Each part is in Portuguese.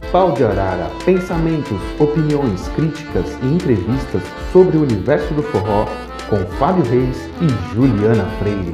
Pau de Arara, pensamentos, opiniões, críticas e entrevistas sobre o universo do forró com Fábio Reis e Juliana Freire.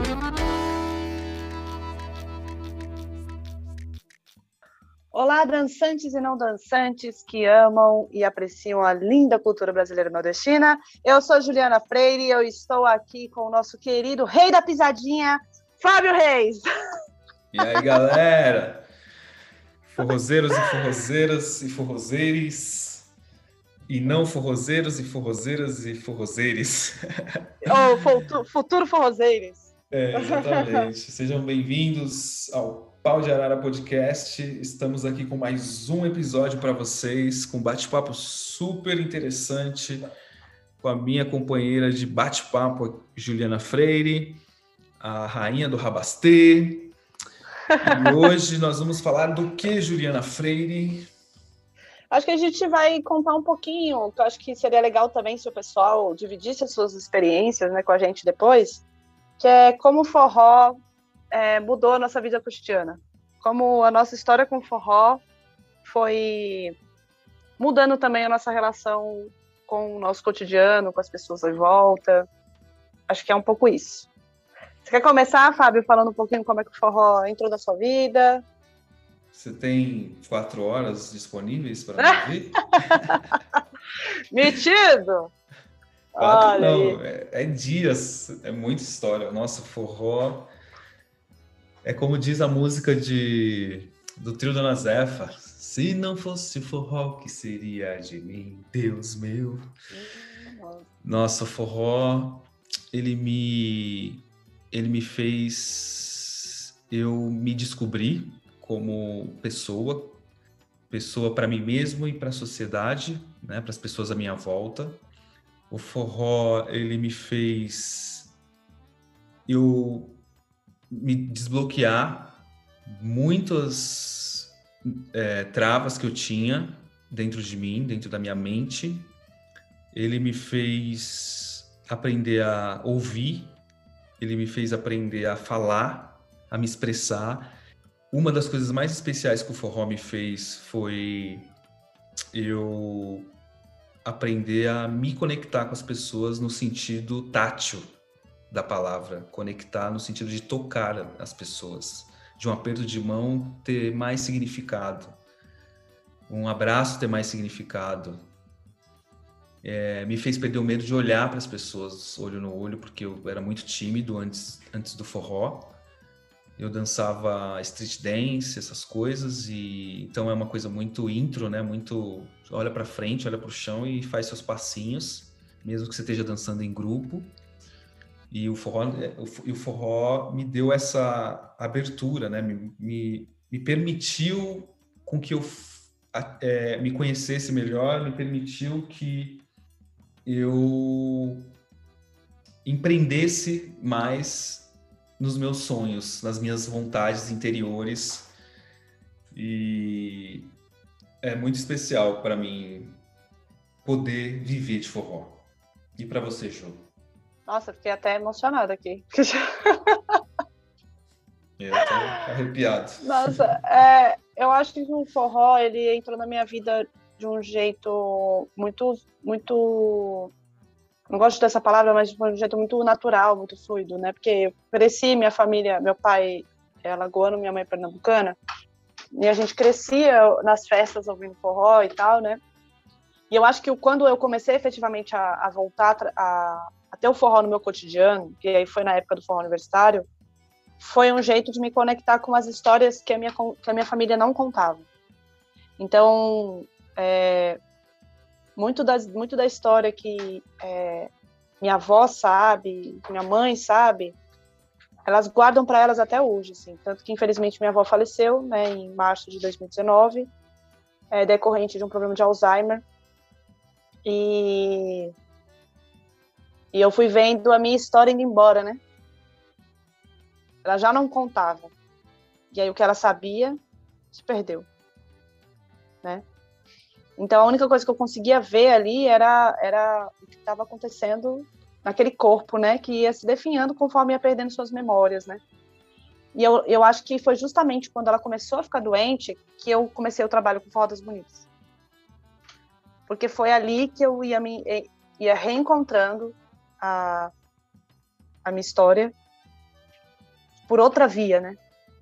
Olá, dançantes e não dançantes que amam e apreciam a linda cultura brasileira nordestina. Eu sou Juliana Freire e eu estou aqui com o nosso querido rei da pisadinha, Fábio Reis. E aí, galera? Forrozeiros e forrozeiras e forrozeires e não forrozeiros e forrozeiras e forrozeires. Ou futuro forrozeiros. Exatamente. Sejam bem-vindos ao Pau de Arara Podcast. Estamos aqui com mais um episódio para vocês, com um bate-papo super interessante com a minha companheira de bate-papo, Juliana Freire, a rainha do Rabastê. E hoje nós vamos falar do que, Juliana Freire? Acho que a gente vai contar um pouquinho, que eu acho que seria legal também se o pessoal dividisse as suas experiências, né, com a gente depois, que é como o forró mudou a nossa vida cotidiana. Como a nossa história com o forró foi mudando também a nossa relação com o nosso cotidiano, com as pessoas à volta. Acho que é um pouco isso. Você quer começar, Fábio, falando um pouquinho como é que o forró entrou na sua vida? Você tem 4 horas disponíveis para me ouvir? Metido! 4 Olha não, aí. é dias, é muita história. Nossa, forró é como diz a música do trio Dona Zefa. Se não fosse forró, o que seria de mim, Deus meu? Nossa, o forró, ele me fez eu me descobrir como pessoa para mim mesmo e para a sociedade, né, para as pessoas à minha volta. O forró, ele me fez eu me desbloquear muitas travas que eu tinha dentro de mim, dentro da minha mente. Ele me fez aprender a ouvir, ele me fez aprender a falar, a me expressar. Uma das coisas mais especiais que o forró me fez foi eu aprender a me conectar com as pessoas no sentido tátil da palavra, conectar no sentido de tocar as pessoas, de um aperto de mão ter mais significado, um abraço ter mais significado. Me fez perder o medo de olhar para as pessoas, olho no olho, porque eu era muito tímido antes do forró. Eu dançava street dance, essas coisas, e então é uma coisa muito intro, né? Muito olha para frente, olha para o chão e faz seus passinhos, mesmo que você esteja dançando em grupo. E o forró me deu essa abertura, né? Me permitiu com que eu me conhecesse melhor, me permitiu que eu empreendesse mais nos meus sonhos, nas minhas vontades interiores, e é muito especial para mim poder viver de forró. E para você, Ju? Nossa, fiquei até emocionada aqui. Eu tô arrepiado. Nossa, eu acho que o forró, ele entrou na minha vida de um jeito muito, muito... Não gosto dessa palavra, mas de um jeito muito natural, muito fluido, né? Porque eu cresci, minha família, meu pai é alagoano, minha mãe é pernambucana, e a gente crescia nas festas ouvindo forró e tal, né? E eu acho que quando eu comecei efetivamente a voltar a ter o forró no meu cotidiano, que aí foi na época do forró universitário, foi um jeito de me conectar com as histórias que a minha família não contava. Então, muito da história que minha avó sabe, que minha mãe sabe, elas guardam para elas até hoje, assim. Tanto que, infelizmente, minha avó faleceu, né, em março de 2019, decorrente de um problema de Alzheimer. E eu fui vendo a minha história indo embora, né? Ela já não contava. E aí o que ela sabia se perdeu, né? Então a única coisa que eu conseguia ver ali era o que estava acontecendo naquele corpo, né? Que ia se definhando conforme ia perdendo suas memórias, né? E eu acho que foi justamente quando ela começou a ficar doente que eu comecei o trabalho com Forró das Bonitas. Porque foi ali que eu ia reencontrando a minha história por outra via, né?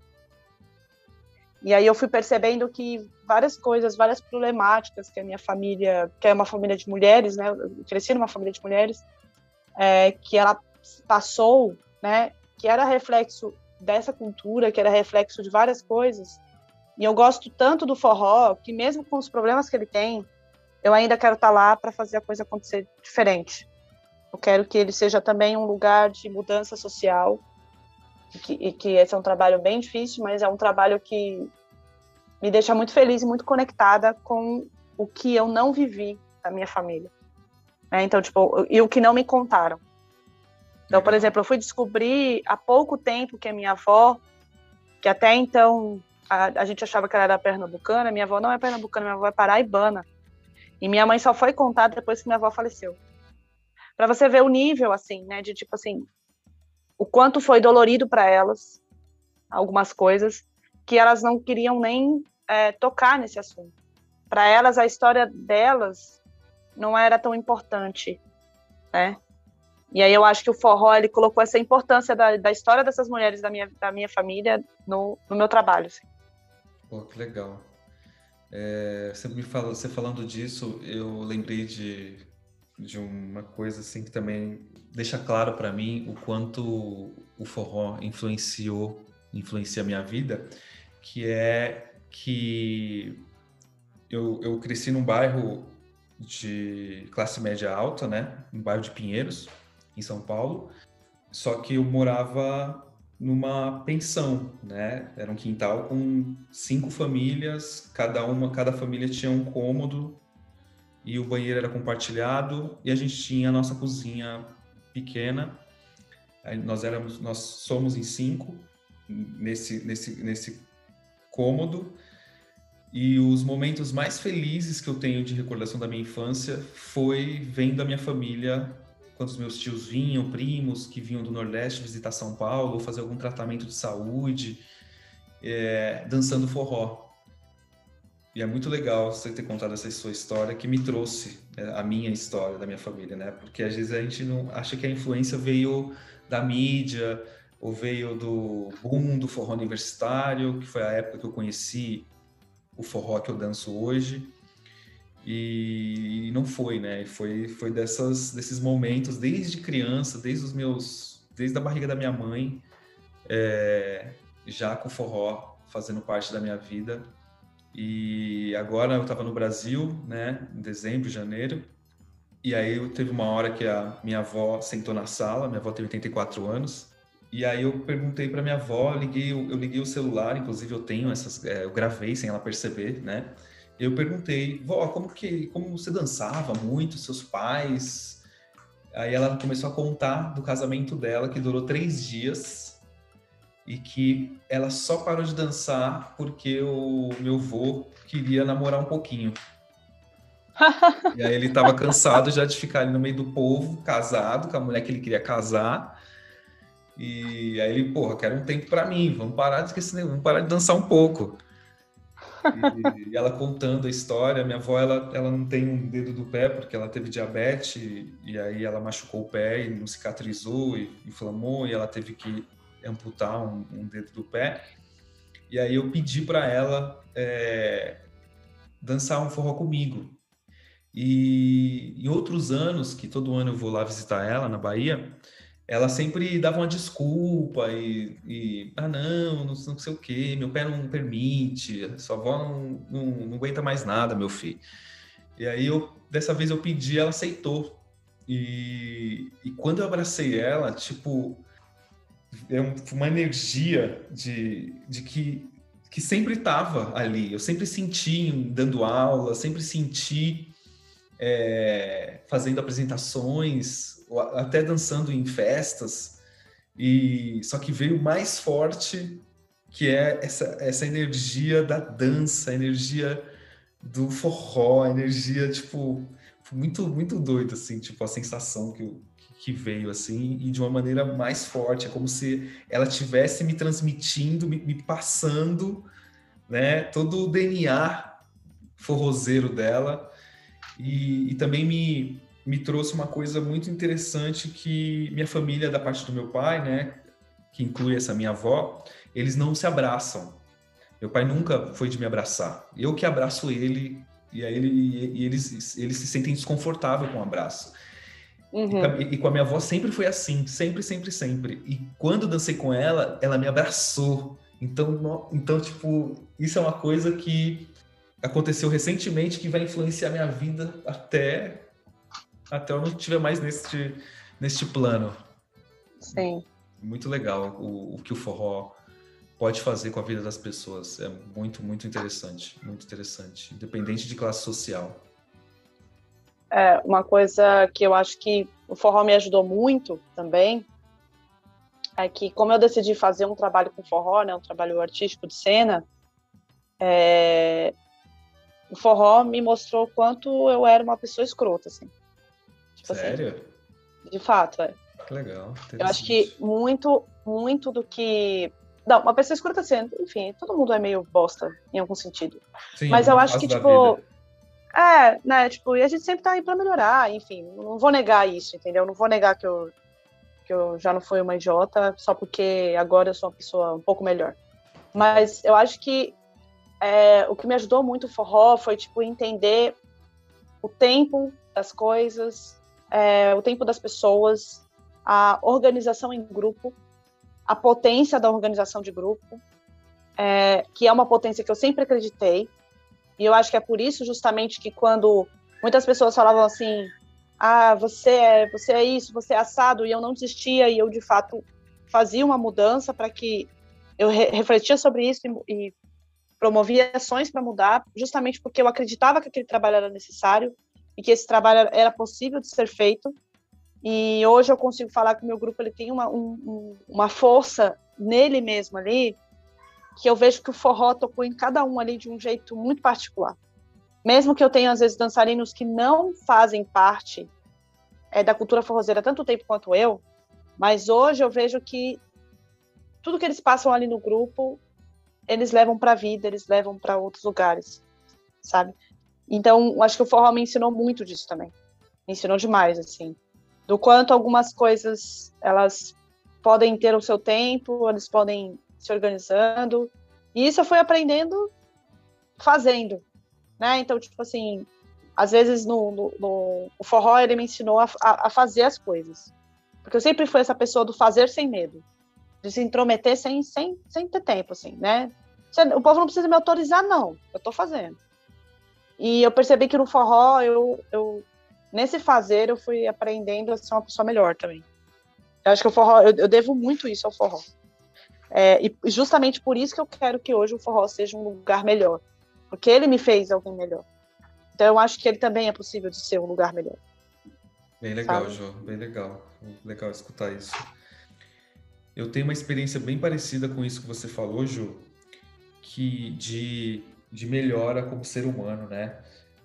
E aí eu fui percebendo que várias coisas, várias problemáticas que a minha família, que é uma família de mulheres, né? Eu cresci numa família de mulheres, que ela passou, né? Que era reflexo dessa cultura, que era reflexo de várias coisas. E eu gosto tanto do forró, que mesmo com os problemas que ele tem, eu ainda quero estar lá para fazer a coisa acontecer diferente. Eu quero que ele seja também um lugar de mudança social, e que esse é um trabalho bem difícil, mas é um trabalho que me deixa muito feliz e muito conectada com o que eu não vivi da minha família. Então, tipo, e o que não me contaram. Então, por exemplo, eu fui descobrir há pouco tempo que a minha avó, que até então a gente achava que ela era pernambucana, minha avó não é pernambucana, minha avó é paraibana. E minha mãe só foi contar depois que minha avó faleceu. Para você ver o nível, assim, né, de tipo assim, o quanto foi dolorido para elas, algumas coisas, que elas não queriam nem tocar nesse assunto. Para elas, a história delas não era tão importante, né? E aí eu acho que o forró, ele colocou essa importância da história dessas mulheres da minha família no meu trabalho. Assim. Pô, que legal. Você falando disso, eu lembrei de uma coisa assim que também deixa claro para mim o quanto o forró influencia a minha vida, que é que eu cresci num bairro de classe média alta, né? Um bairro de Pinheiros, em São Paulo, só que eu morava numa pensão, né? Era um quintal com 5 famílias, cada família tinha um cômodo e o banheiro era compartilhado e a gente tinha a nossa cozinha pequena. Aí nós somos em 5 nesse cômodo. E os momentos mais felizes que eu tenho de recordação da minha infância foi vendo a minha família, quando os meus tios vinham, primos que vinham do Nordeste visitar São Paulo ou fazer algum tratamento de saúde, dançando forró. E é muito legal você ter contado essa sua história, que me trouxe a minha história da minha família, né? Porque às vezes a gente não acha que a influência veio da mídia ou veio do boom do forró universitário, que foi a época que eu conheci o forró que eu danço hoje, e não foi, né? Foi desses momentos, desde criança, desde a barriga da minha mãe, já com o forró fazendo parte da minha vida. E agora eu estava no Brasil, né? Em dezembro, janeiro, e aí teve uma hora que a minha avó sentou na sala, minha avó tem 84 anos, e aí eu perguntei para minha avó, eu liguei o celular, inclusive eu tenho eu gravei sem ela perceber, né? Eu perguntei, vó, como você dançava muito, seus pais? Aí ela começou a contar do casamento dela, que durou 3 dias, e que ela só parou de dançar porque o meu avô queria namorar um pouquinho. E aí ele estava cansado já de ficar ali no meio do povo, casado, com a mulher que ele queria casar. E aí ele, porra, quero um tempo para mim, vamos parar de esquecer, vamos parar de dançar um pouco. E ela contando a história, minha avó, ela não tem um dedo do pé porque ela teve diabetes e aí ela machucou o pé e não cicatrizou e inflamou e ela teve que amputar um dedo do pé. E aí eu pedi para ela dançar um forró comigo. E em outros anos, que todo ano eu vou lá visitar ela na Bahia, ela sempre dava uma desculpa não sei o que, meu pé não permite, sua avó não aguenta mais nada, meu filho. E aí dessa vez eu pedi, ela aceitou. E quando eu abracei ela, tipo, uma energia de que sempre estava ali. Eu sempre senti dando aula, sempre senti fazendo apresentações, até dançando em festas, só que veio mais forte, que é essa energia da dança, a energia do forró, a energia, tipo, muito, muito doido, assim, tipo, a sensação que veio, assim, e de uma maneira mais forte. É como se ela estivesse me transmitindo, me passando, né, todo o DNA forrozeiro dela. E também me trouxe uma coisa muito interessante que minha família, da parte do meu pai, né, que inclui essa minha avó, eles não se abraçam. Meu pai nunca foi de me abraçar. Eu que abraço ele, e aí eles se sentem desconfortáveis com o abraço. Uhum. E com a minha avó sempre foi assim, sempre, sempre, sempre. E quando eu dancei com ela, ela me abraçou. Então, tipo, isso é uma coisa que aconteceu recentemente que vai influenciar minha vida até eu não estiver mais neste plano. Sim. Muito legal o que o forró pode fazer com a vida das pessoas. É muito, muito interessante. Muito interessante. Independente de classe social. Uma coisa que eu acho que o forró me ajudou muito também é que, como eu decidi fazer um trabalho com forró, né, um trabalho artístico de cena, o forró me mostrou o quanto eu era uma pessoa escrota, assim. Tipo, sério? Assim, de fato, Que legal. Eu acho que muito do que... Não, uma pessoa escrota, assim, enfim, todo mundo é meio bosta, em algum sentido. Sim, mas eu acho que, tipo... vida. né, tipo, e a gente sempre tá aí pra melhorar, enfim, não vou negar isso, entendeu? Não vou negar que eu já não fui uma idiota só porque agora eu sou uma pessoa um pouco melhor. Mas eu acho que o que me ajudou muito o forró foi, tipo, entender o tempo das coisas, o tempo das pessoas, a organização em grupo, a potência da organização de grupo, que é uma potência que eu sempre acreditei. E eu acho que é por isso, justamente, que quando muitas pessoas falavam assim, você é isso, você é assado, e eu não desistia, e eu, de fato, fazia uma mudança para que eu refletia sobre isso e promovia ações para mudar, justamente porque eu acreditava que aquele trabalho era necessário e que esse trabalho era possível de ser feito. E hoje eu consigo falar que o meu grupo ele tem uma força nele mesmo ali, que eu vejo que o forró tocou em cada um ali de um jeito muito particular. Mesmo que eu tenha, às vezes, dançarinos que não fazem parte da cultura forrozeira há tanto tempo quanto eu, mas hoje eu vejo que tudo que eles passam ali no grupo, eles levam para a vida, eles levam para outros lugares, sabe? Então, acho que o forró me ensinou muito disso também. Me ensinou demais, assim. Do quanto algumas coisas, elas podem ter o seu tempo, eles podem se organizando. E isso eu fui aprendendo fazendo, né? Então, tipo assim, às vezes o forró, ele me ensinou a fazer as coisas. Porque eu sempre fui essa pessoa do fazer sem medo. De se intrometer sem ter tempo, assim, né? O povo não precisa me autorizar, não. Eu tô fazendo. E eu percebi que no forró, nesse fazer, eu fui aprendendo a ser uma pessoa melhor também. Eu acho que o forró, eu devo muito isso ao forró. E justamente por isso que eu quero que hoje o forró seja um lugar melhor. Porque ele me fez alguém melhor. Então eu acho que ele também é possível de ser um lugar melhor. Bem legal, Jô. Bem legal. Legal escutar isso. Eu tenho uma experiência bem parecida com isso que você falou, Jô, que de melhora como ser humano, né?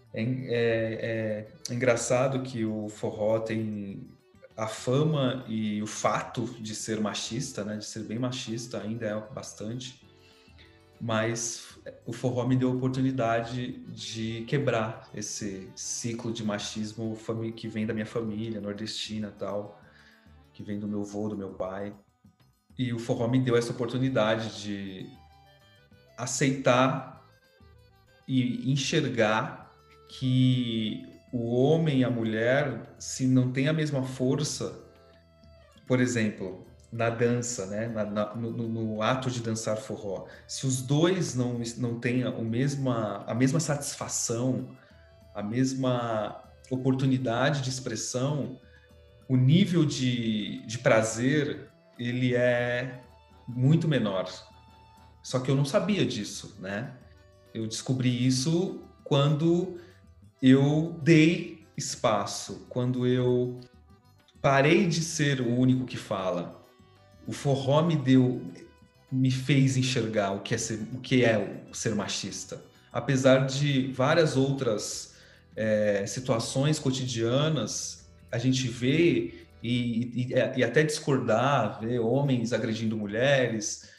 É engraçado que o forró tem a fama e o fato de ser machista, né? De ser bem machista, ainda é bastante, mas o forró me deu a oportunidade de quebrar esse ciclo de machismo que vem da minha família, nordestina e tal, que vem do meu avô, do meu pai. E o forró me deu essa oportunidade de aceitar e enxergar que o homem e a mulher, se não tem a mesma força, por exemplo, na dança, né? No ato de dançar forró, se os dois não têm a mesma satisfação, a mesma oportunidade de expressão, o nível de prazer, ele é muito menor. Só que eu não sabia disso, né? Eu descobri isso quando eu dei espaço, quando eu parei de ser o único que fala. O forró me fez enxergar o que é ser machista. Apesar de várias outras situações cotidianas, a gente vê e até discordar, ver homens agredindo mulheres,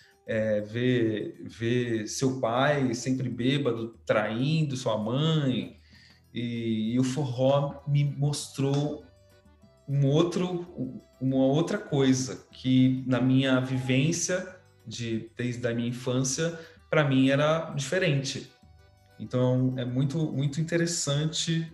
ver seu pai sempre bêbado, traindo sua mãe, e o forró me mostrou uma outra coisa que na minha vivência desde a minha infância, para mim era diferente. Então é muito, muito interessante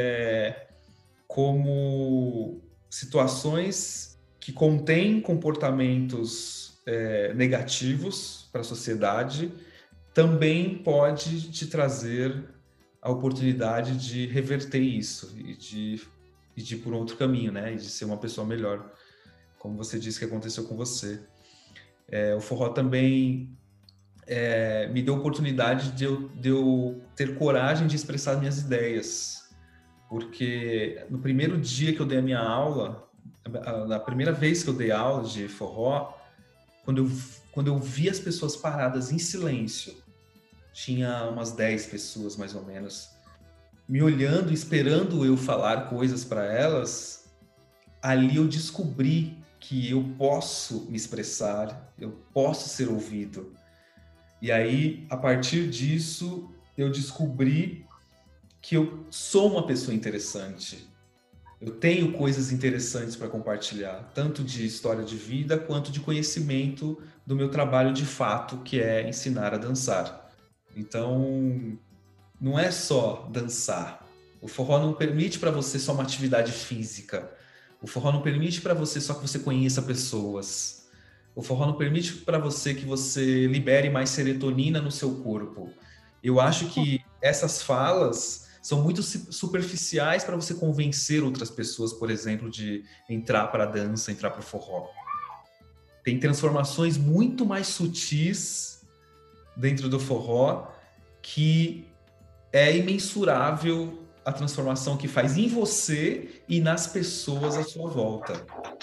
como situações que contêm comportamentos negativos para a sociedade também pode te trazer a oportunidade de reverter isso e de ir por outro caminho, né? E de ser uma pessoa melhor, como você disse que aconteceu com você. O forró também me deu a oportunidade de eu ter coragem de expressar minhas ideias, porque no primeiro dia que eu dei a minha aula, na primeira vez que eu dei aula de forró, quando eu vi as pessoas paradas em silêncio, tinha umas 10 pessoas mais ou menos, me olhando, esperando eu falar coisas para elas, ali eu descobri que eu posso me expressar, eu posso ser ouvido. E aí, a partir disso, eu descobri que eu sou uma pessoa interessante. Eu tenho coisas interessantes para compartilhar, tanto de história de vida, quanto de conhecimento do meu trabalho de fato, que é ensinar a dançar. Então, não é só dançar. O forró não permite para você só uma atividade física. O forró não permite para você só que você conheça pessoas. O forró não permite para você que você libere mais serotonina no seu corpo. Eu acho que essas falas são muito superficiais para você convencer outras pessoas, por exemplo, de entrar para a dança, entrar para o forró. Tem transformações muito mais sutis dentro do forró que é imensurável a transformação que faz em você e nas pessoas à sua volta.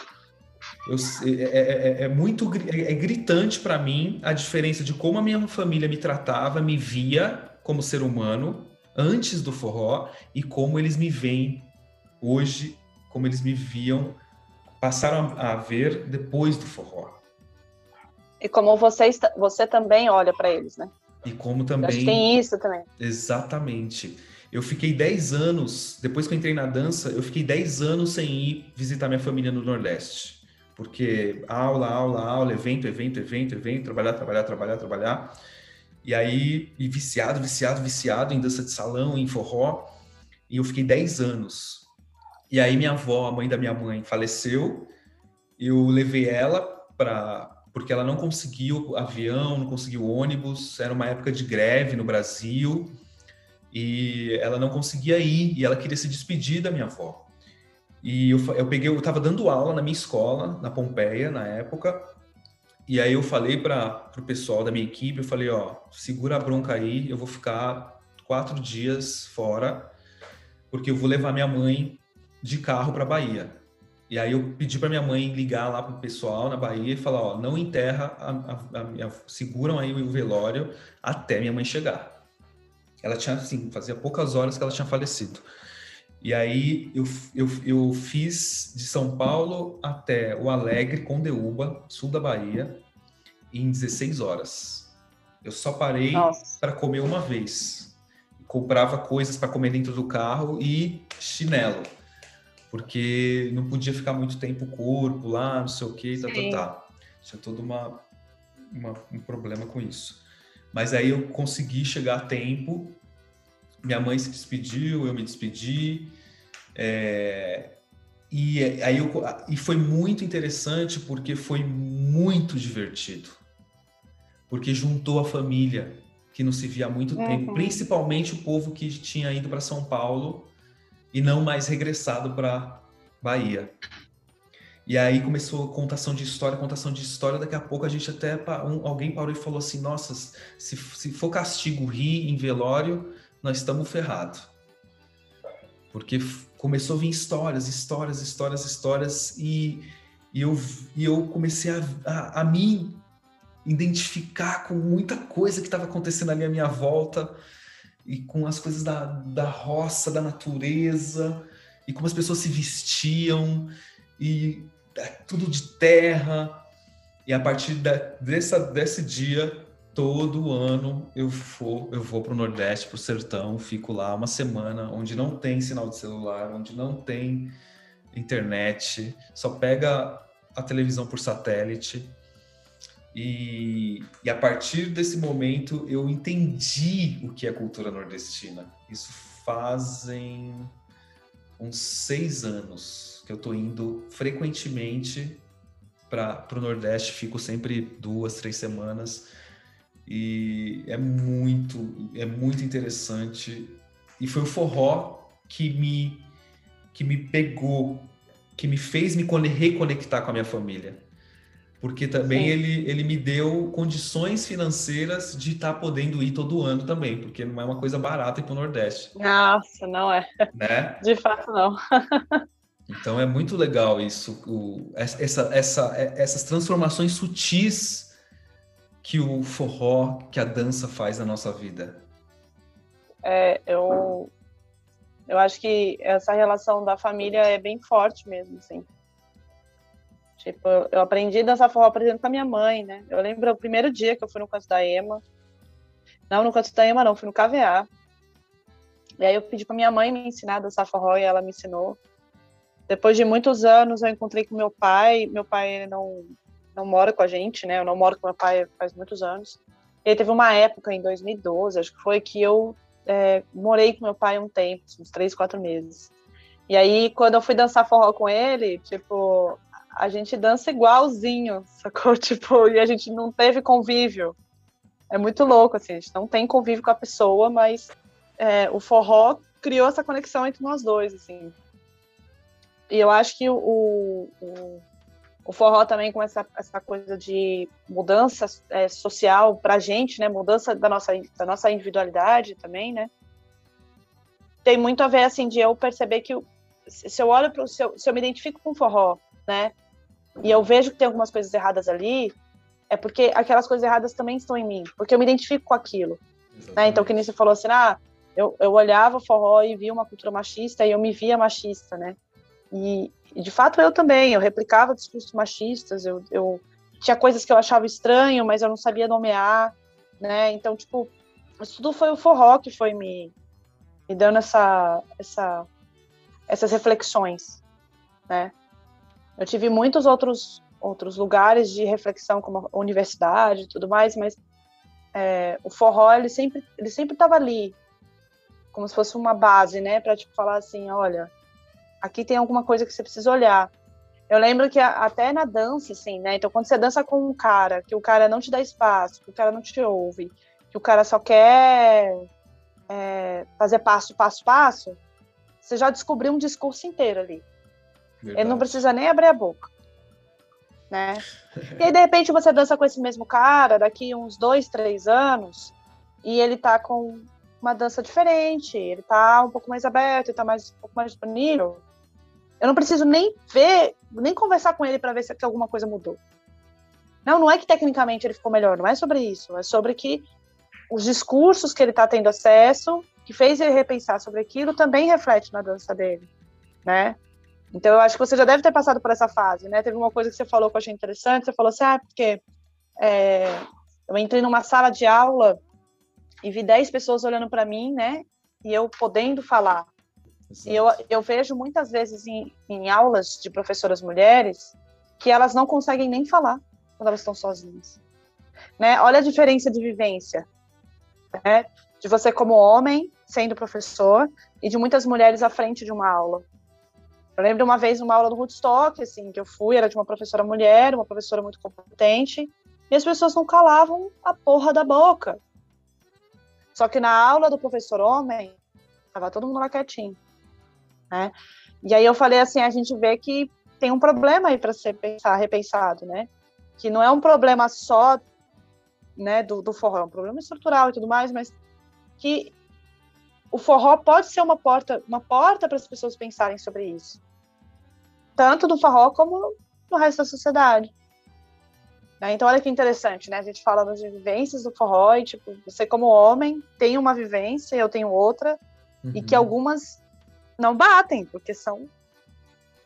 É gritante para mim a diferença de como a minha família me tratava, me via como ser humano antes do forró e como eles me veem hoje, como eles me viam, passaram a ver depois do forró. E como você também olha para eles, né? E como também... Acho que tem isso também. Exatamente. Eu fiquei 10 anos, depois que eu entrei na dança, eu fiquei 10 anos sem ir visitar minha família no Nordeste. Porque aula, evento, trabalhar. E aí, viciado em dança de salão, em forró. E eu fiquei 10 anos. E aí minha avó, a mãe da minha mãe, faleceu. Eu levei ela porque ela não conseguiu avião, não conseguiu ônibus. Era uma época de greve no Brasil. E ela não conseguia ir. E ela queria se despedir da minha avó. E eu estava dando aula na minha escola, na Pompeia, na época. E aí eu falei para o pessoal da minha equipe, eu falei, segura a bronca aí, eu vou ficar 4 dias fora, porque eu vou levar minha mãe de carro para Bahia. E aí eu pedi para minha mãe ligar lá para o pessoal na Bahia e falar, não enterra, seguram aí o velório até minha mãe chegar. Ela tinha, assim, fazia poucas horas que ela tinha falecido. E aí eu fiz de São Paulo até o Alegre, Condeúba, sul da Bahia, em 16 horas. Eu só parei para comer uma vez. Comprava coisas para comer dentro do carro e chinelo, porque não podia ficar muito tempo o corpo lá, não sei o que, tá. Tinha todo um problema com isso. Mas aí eu consegui chegar a tempo. Minha mãe se despediu, eu me despedi. E foi muito interessante porque foi muito divertido. Porque juntou a família que não se via há muito tempo, principalmente o povo que tinha ido para São Paulo e não mais regressado para Bahia. E aí começou contação de história. Daqui a pouco a gente alguém parou e falou assim, nossa, se for castigo rir em velório, nós estamos ferrados. Porque começou a vir histórias, e eu comecei a me identificar com muita coisa que estava acontecendo ali à minha volta, e com as coisas da roça, da natureza, e como as pessoas se vestiam, e é tudo de terra. E a partir desse dia, todo ano eu vou para o Nordeste, para o sertão, fico lá uma semana, onde não tem sinal de celular, onde não tem internet, só pega a televisão por satélite. E a partir desse momento eu entendi o que é cultura nordestina. Isso fazem uns 6 anos que eu estou indo frequentemente para o Nordeste, fico sempre 2, 3 semanas e é muito interessante. E foi o forró que me pegou, que me fez me reconectar com a minha família. Porque também ele me deu condições financeiras de estar podendo ir todo ano também, porque não é uma coisa barata ir para o Nordeste. Nossa, não é. Né? De fato, não. Então é muito legal isso, essas transformações sutis que o forró, que a dança faz na nossa vida. Eu acho que essa relação da família é bem forte mesmo, assim. Tipo, eu aprendi a dançar forró, por exemplo, com a minha mãe, né? Eu lembro o primeiro dia que eu fui no Canto da Ema. Não, no Canto da Ema não, fui no KVA. E aí eu pedi pra minha mãe me ensinar a dançar forró e ela me ensinou. Depois de muitos anos eu encontrei com meu pai. Meu pai ele não mora com a gente, né? Eu não moro com meu pai faz muitos anos. E teve uma época, em 2012, acho que foi, que eu morei com meu pai um tempo, uns 3, 4 meses. E aí, quando eu fui dançar forró com ele, tipo, a gente dança igualzinho, sacou? Tipo, e a gente não teve convívio. É muito louco, assim, a gente não tem convívio com a pessoa, mas o forró criou essa conexão entre nós dois, assim. E eu acho que o forró também, com essa coisa de mudança social pra gente, né? Mudança da nossa individualidade também, né? Tem muito a ver, assim, de eu perceber que se eu olho se eu me identifico com o forró, né? E eu vejo que tem algumas coisas erradas ali, é porque aquelas coisas erradas também estão em mim, porque eu me identifico com aquilo. Né? Então, que nem você falou assim, eu olhava o forró e via uma cultura machista e eu me via machista, né? E de fato eu também, eu replicava discursos machistas, eu tinha coisas que eu achava estranho, mas eu não sabia nomear, né? Então, tipo, isso tudo foi o forró que foi me dando essas reflexões, né? Eu tive muitos outros lugares de reflexão, como a universidade e tudo mais, mas o forró, ele sempre estava ali, como se fosse uma base, né? Para tipo, falar assim, olha, aqui tem alguma coisa que você precisa olhar. Eu lembro que até na dança, assim, né? Então, quando você dança com um cara, que o cara não te dá espaço, que o cara não te ouve, que o cara só quer fazer passo, você já descobriu um discurso inteiro ali. Verdade. Ele não precisa nem abrir a boca, né? E aí, de repente, você dança com esse mesmo cara daqui uns 2, 3 anos e ele tá com uma dança diferente, ele tá um pouco mais aberto, ele tá um pouco mais disponível. Eu não preciso nem conversar com ele para ver se alguma coisa mudou. Não é que tecnicamente ele ficou melhor, não é sobre isso, é sobre que os discursos que ele tá tendo acesso, que fez ele repensar sobre aquilo, também reflete na dança dele, né? Então, eu acho que você já deve ter passado por essa fase, né? Teve uma coisa que você falou que eu achei interessante, você falou assim, porque eu entrei numa sala de aula e vi 10 pessoas olhando para mim, né? E eu podendo falar. Exato. E eu vejo muitas vezes em aulas de professoras mulheres que elas não conseguem nem falar quando elas estão sozinhas. Né? Olha a diferença de vivência, né? De você como homem, sendo professor, e de muitas mulheres à frente de uma aula. Eu lembro uma vez numa aula do Woodstock, assim, que eu fui, era de uma professora mulher, uma professora muito competente, e as pessoas não calavam a porra da boca. Só que na aula do professor homem, tava todo mundo lá quietinho, né? E aí eu falei assim, a gente vê que tem um problema aí para ser repensado, né? Que não é um problema só, né, do forró, é um problema estrutural e tudo mais, mas que o forró pode ser uma porta para as pessoas pensarem sobre isso. Tanto do forró como no resto da sociedade. Né? Então, olha que interessante, né? A gente fala das vivências do forró e, tipo, você como homem tem uma vivência, eu tenho outra, e que algumas não batem, porque são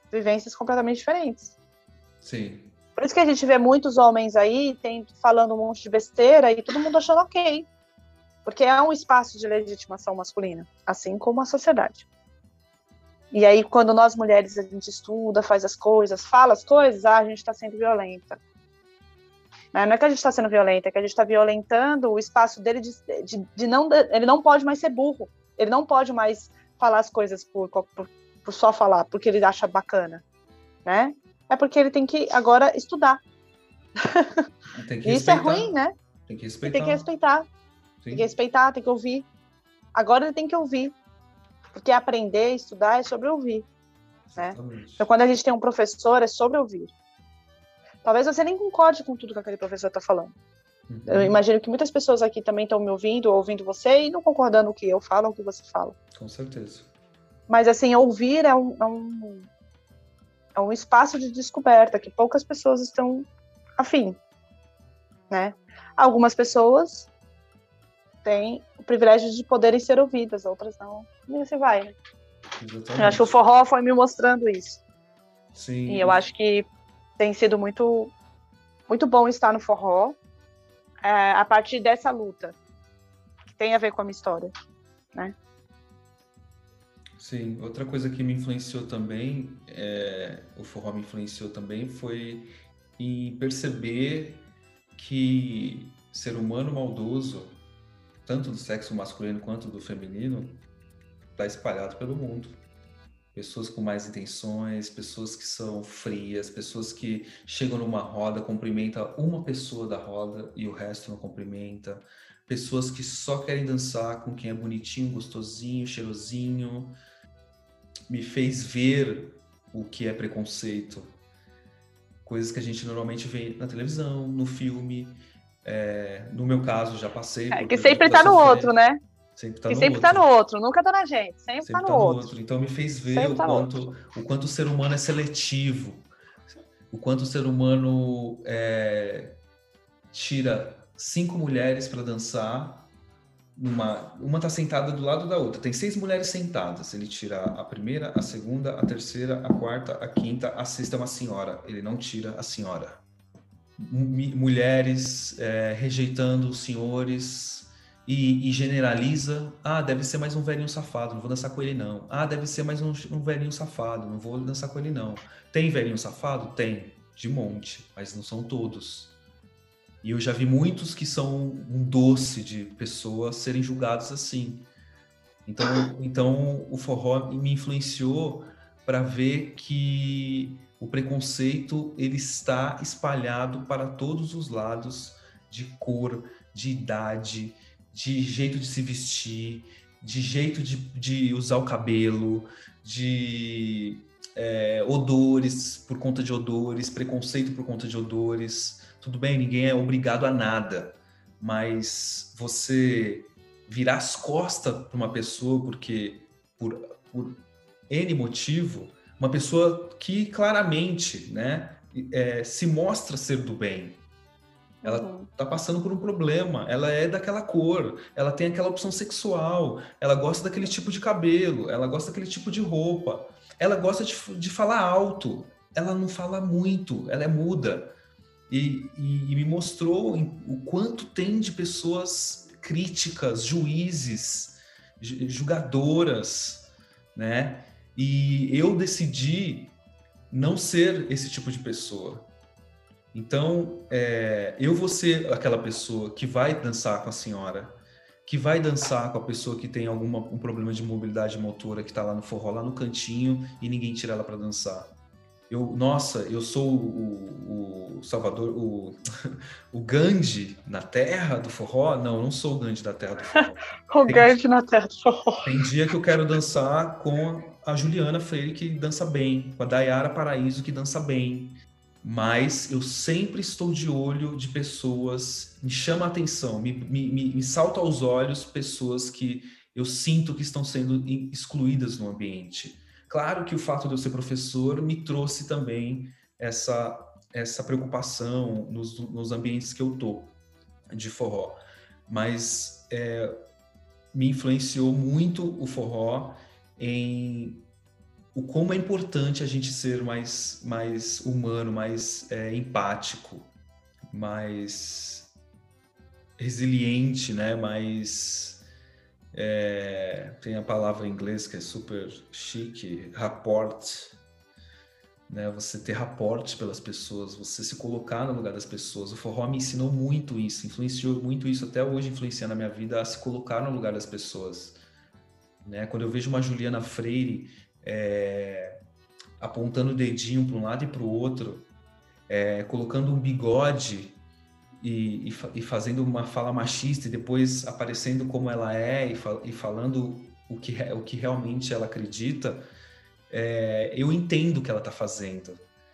vivências completamente diferentes. Sim. Por isso que a gente vê muitos homens aí falando um monte de besteira e todo mundo achando ok. Porque é um espaço de legitimação masculina, assim como a sociedade. E aí, quando nós mulheres, a gente estuda, faz as coisas, fala as coisas, a gente está sendo violenta. Não é que a gente está sendo violenta, é que a gente está violentando o espaço dele de não... Ele não pode mais ser burro. Ele não pode mais falar as coisas por só falar, porque ele acha bacana, né? É porque ele tem que agora estudar. Tem que Isso é ruim, né? Tem que Ele respeitar. tem que respeitar. Sim. Tem que respeitar, tem que ouvir. Agora ele tem que ouvir. Porque aprender, estudar é sobre ouvir. Né? Então, quando a gente tem um professor, é sobre ouvir. Talvez você nem concorde com tudo que aquele professor está falando. Uhum. Eu imagino que muitas pessoas aqui também estão me ouvindo, ouvindo você, e não concordando com o que eu falo ou o que você fala. Com certeza. Mas, assim, ouvir é um espaço de descoberta que poucas pessoas estão afim. Né? Algumas pessoas têm o privilégio de poderem ser ouvidas, outras não. E assim vai. Né? Eu acho que o forró foi me mostrando isso. Sim. E eu acho que tem sido muito, muito bom estar no forró a partir dessa luta, que tem a ver com a minha história, né? Sim, outra coisa que me influenciou também, o forró me influenciou também, foi em perceber que ser humano maldoso, tanto do sexo masculino quanto do feminino, está espalhado pelo mundo. Pessoas com más intenções, pessoas que são frias, pessoas que chegam numa roda, cumprimentam uma pessoa da roda e o resto não cumprimenta. Pessoas que só querem dançar com quem é bonitinho, gostosinho, cheirosinho. Me fez ver o que é preconceito. Coisas que a gente normalmente vê na televisão, no filme. No meu caso, já passei... Que sempre tá no outro, né? Sempre tá que no sempre outro. Tá no outro, nunca tá na gente, sempre tá no outro. Então me fez ver o quanto o ser humano é seletivo, o quanto o ser humano tira 5 mulheres para dançar, uma tá sentada do lado da outra, tem 6 mulheres sentadas, ele tira a primeira, a segunda, a terceira, a quarta, a quinta, a sexta é uma senhora, ele não tira a senhora. Mulheres rejeitando os senhores... E generaliza, deve ser mais um velhinho safado, não vou dançar com ele não. Deve ser mais um velhinho safado, não vou dançar com ele não. Tem velhinho safado? Tem, de monte, mas não são todos. E eu já vi muitos que são um doce de pessoas serem julgados assim. Então o forró me influenciou para ver que o preconceito ele está espalhado para todos os lados, de cor, de idade, de jeito de se vestir, de jeito de usar o cabelo, de odores por conta de odores, preconceito por conta de odores. Tudo bem, ninguém é obrigado a nada, mas você virar as costas para uma pessoa porque por N motivo, uma pessoa que claramente, né, se mostra ser do bem. Ela tá passando por um problema, ela é daquela cor, ela tem aquela opção sexual, ela gosta daquele tipo de cabelo, ela gosta daquele tipo de roupa, ela gosta de falar alto, ela não fala muito, ela é muda. E me mostrou o quanto tem de pessoas críticas, juízes, julgadoras, né? E eu decidi não ser esse tipo de pessoa. Então, eu vou ser aquela pessoa que vai dançar com a senhora, que vai dançar com a pessoa que tem um problema de mobilidade motora, que está lá no forró, lá no cantinho, e ninguém tira ela para dançar. Eu sou o Salvador, o Gandhi na terra do forró? Não sou o Gandhi da terra do forró. O Gandhi na terra do forró. Tem dia que eu quero dançar com a Juliana Freire, que dança bem, com a Dayara Paraíso, que dança bem. Mas eu sempre estou de olho de pessoas, me chama a atenção, me salta aos olhos pessoas que eu sinto que estão sendo excluídas no ambiente. Claro que o fato de eu ser professor me trouxe também essa preocupação nos ambientes que eu tô de forró, mas me influenciou muito o forró em o como é importante a gente ser mais humano, mais empático, mais resiliente, né? Mais... tem a palavra em inglês que é super chique, rapport, né? Você ter rapport pelas pessoas, você se colocar no lugar das pessoas. O forró me ensinou muito isso, influenciou muito isso, até hoje influencia na minha vida, a se colocar no lugar das pessoas, né? Quando eu vejo uma Juliana Freire apontando o dedinho para um lado e para o outro, colocando um bigode e fazendo uma fala machista e depois aparecendo como ela é e falando o que realmente ela acredita, eu entendo o que ela está fazendo.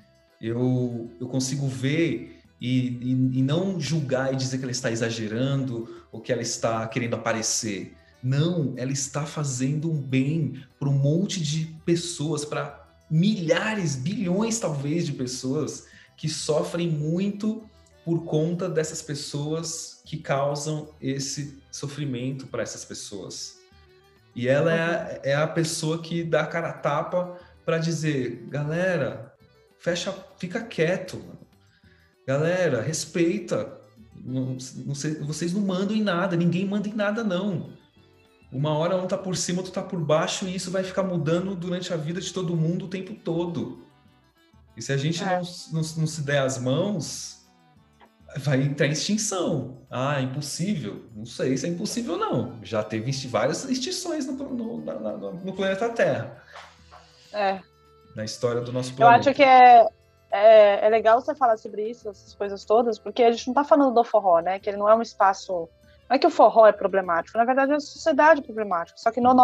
Eu consigo ver e não julgar e dizer que ela está exagerando ou que ela está querendo aparecer. Não, ela está fazendo um bem para um monte de pessoas, para milhares, bilhões talvez de pessoas que sofrem muito por conta dessas pessoas que causam esse sofrimento para essas pessoas. E ela é a pessoa que dá a cara a tapa para dizer, galera, fica quieto, mano. Galera, respeita. Vocês não mandam em nada, ninguém manda em nada, não. Uma hora um tá por cima, outro tá por baixo, e isso vai ficar mudando durante a vida de todo mundo o tempo todo. E se a gente não se der as mãos, vai entrar em extinção. Ah, é impossível? Não sei se é impossível, não. Já teve várias extinções no planeta Terra. Na história do nosso planeta. Eu acho que é legal você falar sobre isso, essas coisas todas, porque a gente não tá falando do forró, né? Que ele não é um espaço... Não é que o forró é problemático, na verdade a sociedade é problemática. Só que na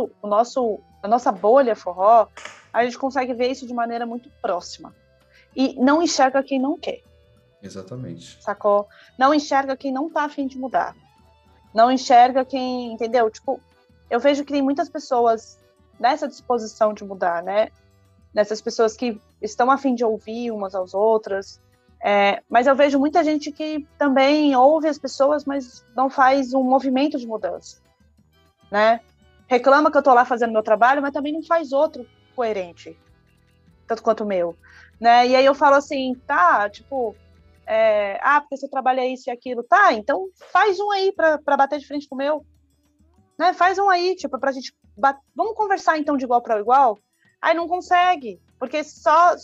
nossa bolha forró, a gente consegue ver isso de maneira muito próxima. E não enxerga quem não quer. Exatamente. Sacou? Não enxerga quem não tá a fim de mudar. Não enxerga quem, entendeu? Tipo, eu vejo que tem muitas pessoas nessa disposição de mudar, né? Nessas pessoas que estão a fim de ouvir umas às outras. Mas eu vejo muita gente que também ouve as pessoas, mas não faz um movimento de mudança, né? Reclama que eu tô lá fazendo meu trabalho, mas também não faz outro coerente, tanto quanto o meu, né? E aí eu falo assim, tá, tipo, porque seu trabalho é isso e aquilo, tá, então faz um aí pra bater de frente com o meu, né? Faz um aí, tipo, pra gente, vamos conversar então de igual para igual? Aí não consegue, porque só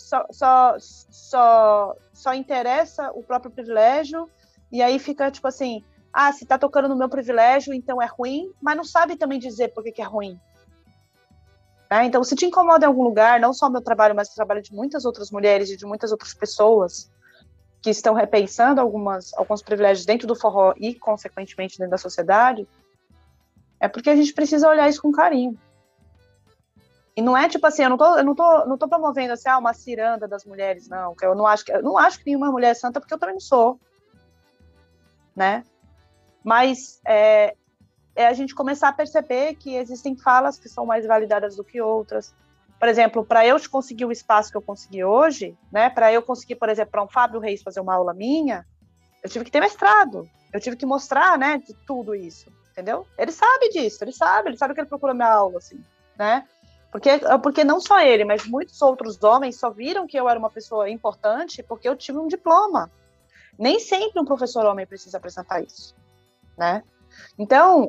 interessa o próprio privilégio, e aí fica tipo assim, se tá tocando no meu privilégio, então é ruim, mas não sabe também dizer por que é ruim. Então, se te incomoda em algum lugar, não só o meu trabalho, mas o trabalho de muitas outras mulheres e de muitas outras pessoas que estão repensando alguns privilégios dentro do forró e, consequentemente, dentro da sociedade, é porque a gente precisa olhar isso com carinho. E não é tipo assim, eu não tô promovendo assim, uma ciranda das mulheres, não. Eu não acho que nenhuma mulher é santa, porque eu também não sou, né? Mas é a gente começar a perceber que existem falas que são mais validadas do que outras. Por exemplo, para eu conseguir o espaço que eu consegui hoje, né? Para eu conseguir, por exemplo, para um Fábio Reis fazer uma aula minha, eu tive que ter mestrado, eu tive que mostrar, né, de tudo isso, entendeu? Ele sabe disso, ele sabe que ele procura minha aula, assim, né? Porque não só ele, mas muitos outros homens só viram que eu era uma pessoa importante porque eu tive um diploma. Nem sempre um professor homem precisa apresentar isso, né? Então,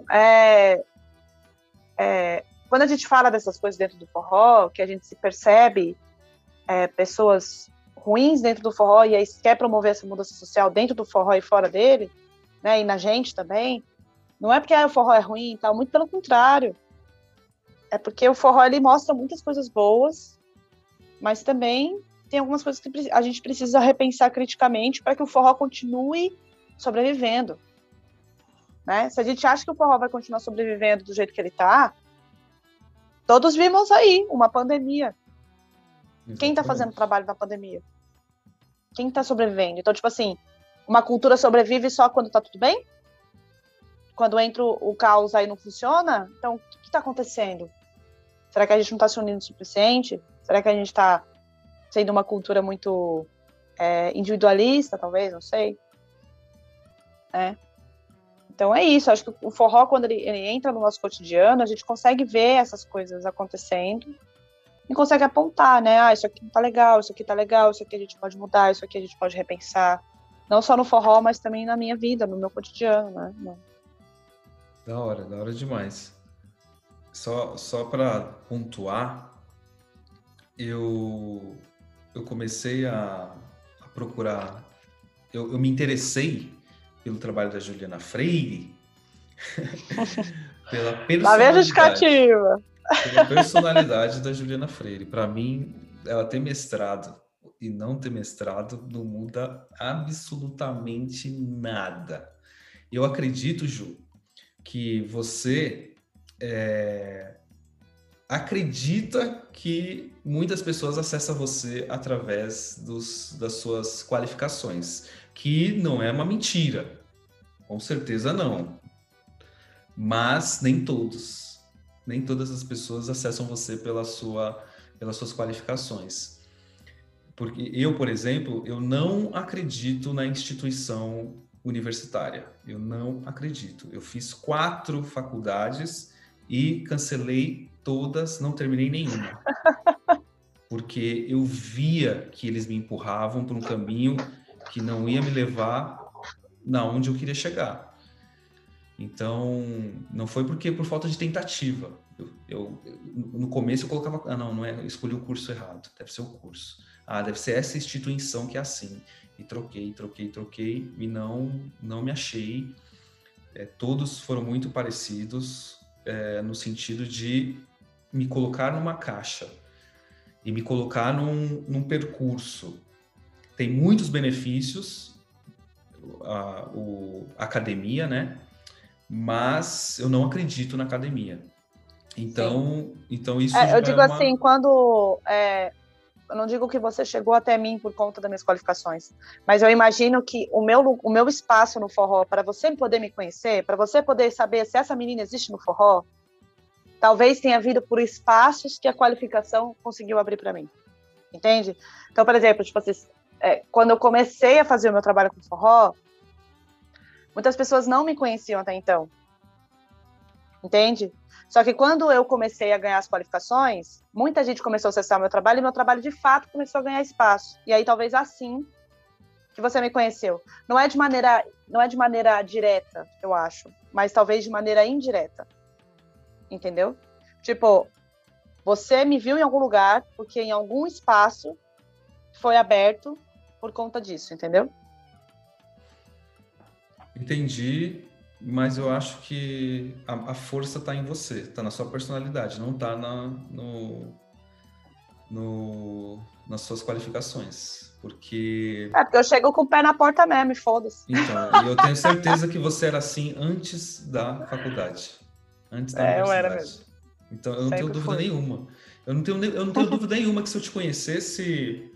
quando a gente fala dessas coisas dentro do forró, que a gente se percebe pessoas ruins dentro do forró e aí quer promover essa mudança social dentro do forró e fora dele, né? E na gente também, não é porque o forró é ruim e tal, muito pelo contrário. É porque o forró, ele mostra muitas coisas boas, mas também tem algumas coisas que a gente precisa repensar criticamente para que o forró continue sobrevivendo, né? Se a gente acha que o forró vai continuar sobrevivendo do jeito que ele está, todos vimos aí uma pandemia. Exatamente. Quem está fazendo trabalho na pandemia? Quem está sobrevivendo? Então, tipo assim, uma cultura sobrevive só quando está tudo bem? Quando entra o caos aí não funciona? Então, o que está acontecendo? Será que a gente não está se unindo o suficiente? Será que a gente está sendo uma cultura muito individualista, talvez? Não sei. Então é isso. Acho que o forró, quando ele entra no nosso cotidiano, a gente consegue ver essas coisas acontecendo e consegue apontar, né? Ah, isso aqui não tá legal, isso aqui tá legal, isso aqui a gente pode mudar, isso aqui a gente pode repensar. Não só no forró, mas também na minha vida, no meu cotidiano, né? Da hora demais. Só para pontuar, eu comecei a procurar, eu me interessei pelo trabalho da Juliana Freire pela Lá vem a personalidade. justificativa. Pela personalidade da Juliana Freire. Para mim, ela ter mestrado e não ter mestrado não muda absolutamente nada. Eu acredito, Ju, que você acredita que muitas pessoas acessam você através das suas qualificações, que não é uma mentira. Com certeza não. Mas nem todos. Nem todas as pessoas acessam você pelas suas qualificações. Porque eu, por exemplo, eu não acredito na instituição universitária. Eu não acredito. Eu fiz 4 faculdades e cancelei todas, não terminei nenhuma. Porque eu via que eles me empurravam para um caminho que não ia me levar na onde eu queria chegar. Então, não foi por falta de tentativa. No começo eu colocava, não é, eu escolhi o curso errado, deve ser o curso. Deve ser essa instituição que é assim. E troquei, e não me achei. Todos foram muito parecidos, no sentido de me colocar numa caixa e me colocar num percurso. Tem muitos benefícios, a academia, né? Mas eu não acredito na academia. Então isso eu digo assim, quando... eu não digo que você chegou até mim por conta das minhas qualificações, mas eu imagino que o meu espaço no forró, para você poder me conhecer, para você poder saber se essa menina existe no forró, talvez tenha vindo por espaços que a qualificação conseguiu abrir para mim. Entende? Então, por exemplo, tipo assim, quando eu comecei a fazer o meu trabalho com forró, muitas pessoas não me conheciam até então. Entende? Só que quando eu comecei a ganhar as qualificações, muita gente começou a acessar o meu trabalho e meu trabalho, de fato, começou a ganhar espaço. E aí, talvez assim que você me conheceu. Não é de maneira direta, eu acho, mas talvez de maneira indireta. Entendeu? Tipo, você me viu em algum lugar porque em algum espaço foi aberto por conta disso, entendeu? Entendi, mas eu acho que a força está em você, está na sua personalidade, não está nas suas qualificações. Porque eu chego com o pé na porta mesmo, e foda-se. Então, e eu tenho certeza que você era assim antes da faculdade, antes da universidade. Eu era mesmo. Então, eu não tenho dúvida nenhuma. Eu não tenho dúvida nenhuma que se eu te conhecesse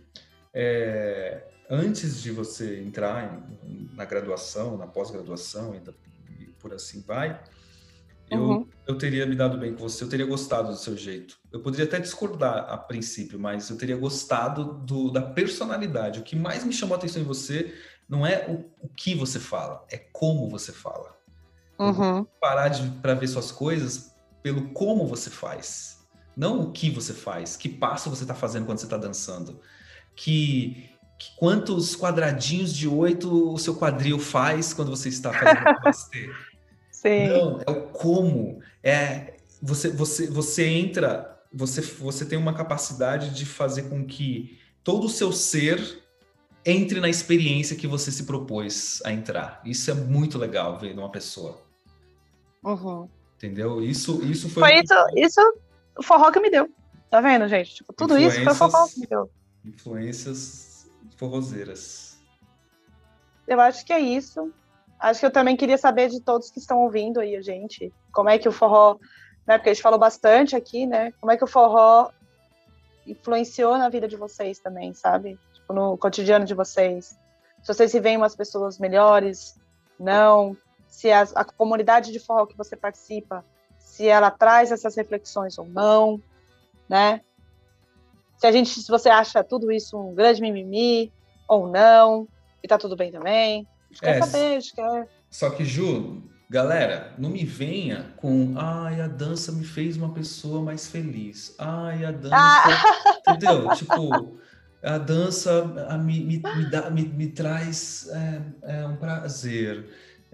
antes de você entrar na graduação, na pós-graduação e por assim vai, eu teria me dado bem com você, eu teria gostado do seu jeito. Eu poderia até discordar a princípio, mas eu teria gostado da personalidade. O que mais me chamou a atenção em você não é o que você fala, é como você fala. Parar para ver suas coisas pelo como você faz. Não o que você faz, que passo você está fazendo quando você está dançando. Que quantos quadradinhos de 8 o seu quadril faz quando você está fazendo namastê. Sim. Não, é o como. Você entra, você tem uma capacidade de fazer com que todo o seu ser entre na experiência que você se propôs a entrar. Isso é muito legal ver numa pessoa. Entendeu? Isso foi isso o forró que me deu. Tá vendo, gente? Tipo, tudo isso foi o forró que me deu. Influências forrozeiras. Eu acho que é isso. Acho que eu também queria saber de todos que estão ouvindo aí a gente, como é que o forró, né, porque a gente falou bastante aqui, né, como é que o forró influenciou na vida de vocês também, sabe? Tipo, no cotidiano de vocês. Se vocês se veem umas pessoas melhores, não. Se a comunidade de forró que você participa, se ela traz essas reflexões ou não, né? Se você acha tudo isso um grande mimimi ou não, e tá tudo bem também. A gente quer saber, a gente quer... Só que, Ju, Galera, não me venha com ai, a dança me fez uma pessoa mais feliz. Ai, a dança... Entendeu? Tipo, a dança me traz um prazer.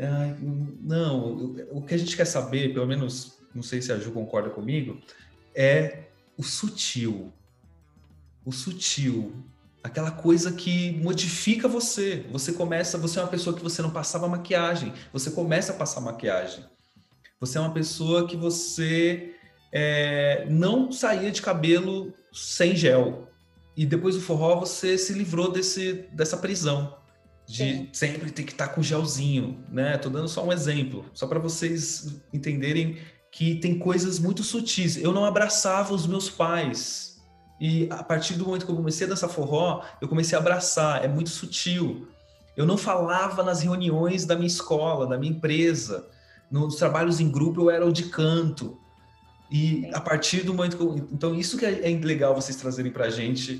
Não, o que a gente quer saber, pelo menos, não sei se a Ju concorda comigo, é o sutil. O sutil. Aquela coisa que modifica você. Você é uma pessoa que você não passava maquiagem. Você começa a passar maquiagem. Você é uma pessoa que você não saía de cabelo sem gel. E depois do forró você se livrou dessa prisão. De sempre ter que estar com gelzinho, né? Tô dando só um exemplo. Só para vocês entenderem que tem coisas muito sutis. Eu não abraçava os meus pais. E a partir do momento que eu comecei a dançar forró, eu comecei a abraçar. É muito sutil. Eu não falava nas reuniões da minha escola, da minha empresa. Nos trabalhos em grupo eu era o de canto. E a partir do momento que Então isso que é legal vocês trazerem pra gente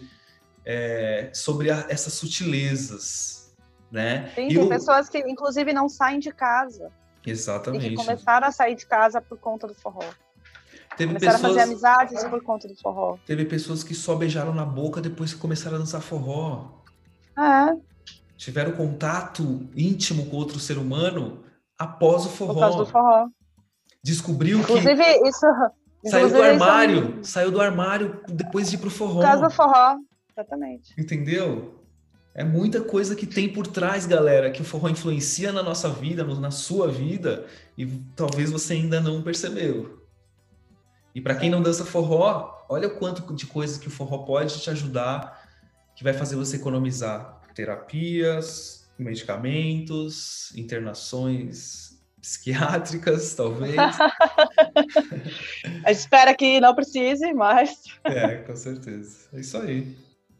sobre essas sutilezas, né? Sim, tem pessoas que inclusive não saem de casa. Exatamente. E que começaram a sair de casa por conta do forró. Começaram a fazer amizades por conta do forró. Teve pessoas que só beijaram na boca depois que começaram a dançar forró. Tiveram contato íntimo com outro ser humano após o forró. Por causa do forró. Descobriu inclusive, que... Isso... Saiu do armário depois de ir pro forró. Por causa do forró, exatamente. Entendeu? É muita coisa que tem por trás, galera, que o forró influencia na nossa vida, na sua vida, e talvez você ainda não percebeu. E para quem não dança forró, olha o quanto de coisas que o forró pode te ajudar, que vai fazer você economizar terapias, medicamentos, internações psiquiátricas, talvez. A gente espera que não precise, mas... Com certeza. É isso aí.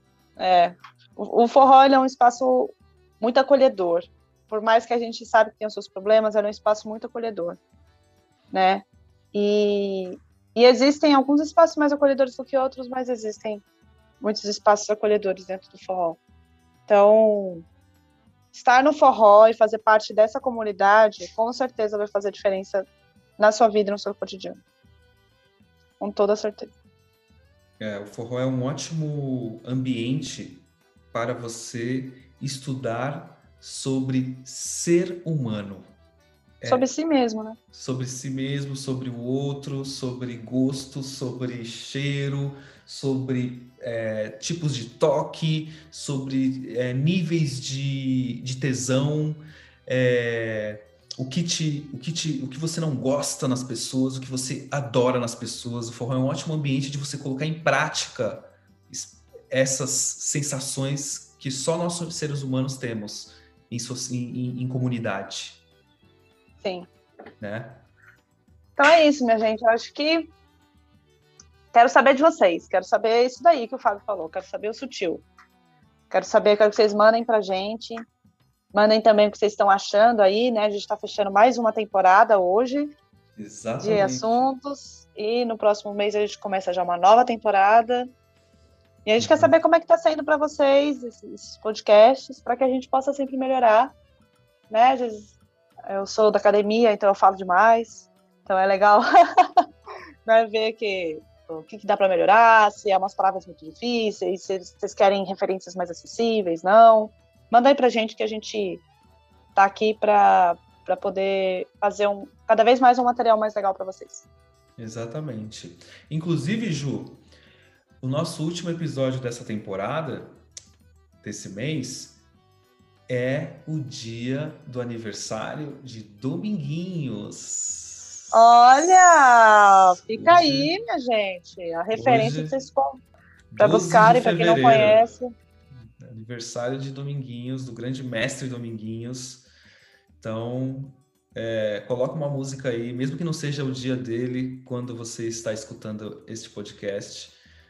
O forró ele é um espaço muito acolhedor. Por mais que a gente sabe que tem os seus problemas, ele é um espaço muito acolhedor, né? E existem alguns espaços mais acolhedores do que outros, mas existem muitos espaços acolhedores dentro do forró. Então, estar no forró e fazer parte dessa comunidade, com certeza vai fazer diferença na sua vida e no seu cotidiano. Com toda certeza. O forró é um ótimo ambiente para você estudar sobre ser humano. Sobre si mesmo, né? Sobre si mesmo, sobre o outro, sobre gosto, sobre cheiro, sobre tipos de toque, sobre níveis de tesão, o que você não gosta nas pessoas, o que você adora nas pessoas. O forró é um ótimo ambiente de você colocar em prática essas sensações que só nós seres humanos temos em comunidade. Sim. Né? Então é isso, minha gente. Eu acho que quero saber de vocês. Quero saber isso daí que o Fábio falou. Quero saber o sutil. Quero que vocês mandem pra gente. Mandem também o que vocês estão achando aí, né? A gente está fechando mais uma temporada hoje. Exatamente. De assuntos. E no próximo mês a gente começa já uma nova temporada. E a gente quer saber como é que tá saindo para vocês esses podcasts, para que a gente possa sempre melhorar, né? Às vezes eu sou da academia, então eu falo demais. Então é legal né, ver o que dá para melhorar, se é umas palavras muito difíceis, se vocês querem referências mais acessíveis, não. Manda aí pra gente que a gente tá aqui para poder fazer cada vez mais um material mais legal para vocês. Exatamente. Inclusive, Ju, o nosso último episódio dessa temporada, desse mês, é o dia do aniversário de Dominguinhos. Olha! Fica aí, minha gente. A referência que vocês para buscarem, para quem não conhece. Aniversário de Dominguinhos, do grande mestre Dominguinhos. Então, coloca uma música aí, mesmo que não seja o dia dele, quando você está escutando este podcast,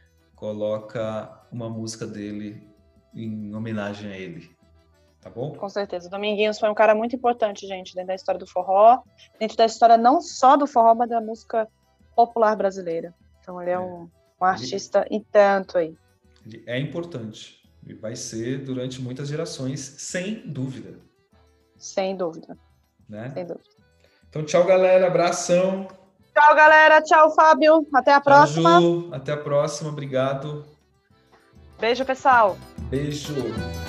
coloca uma música dele em homenagem a ele. Tá bom? Com certeza. O Dominguinhos foi um cara muito importante, gente, dentro da história do forró, dentro da história não só do forró, mas da música popular brasileira. Então ele é um artista e tanto aí. Ele é importante. E vai ser durante muitas gerações, sem dúvida. Sem dúvida. Né? Sem dúvida. Então, tchau, galera. Abração. Tchau, galera. Tchau, Fábio. Até a próxima. Ju. Até a próxima. Obrigado. Beijo, pessoal. Beijo.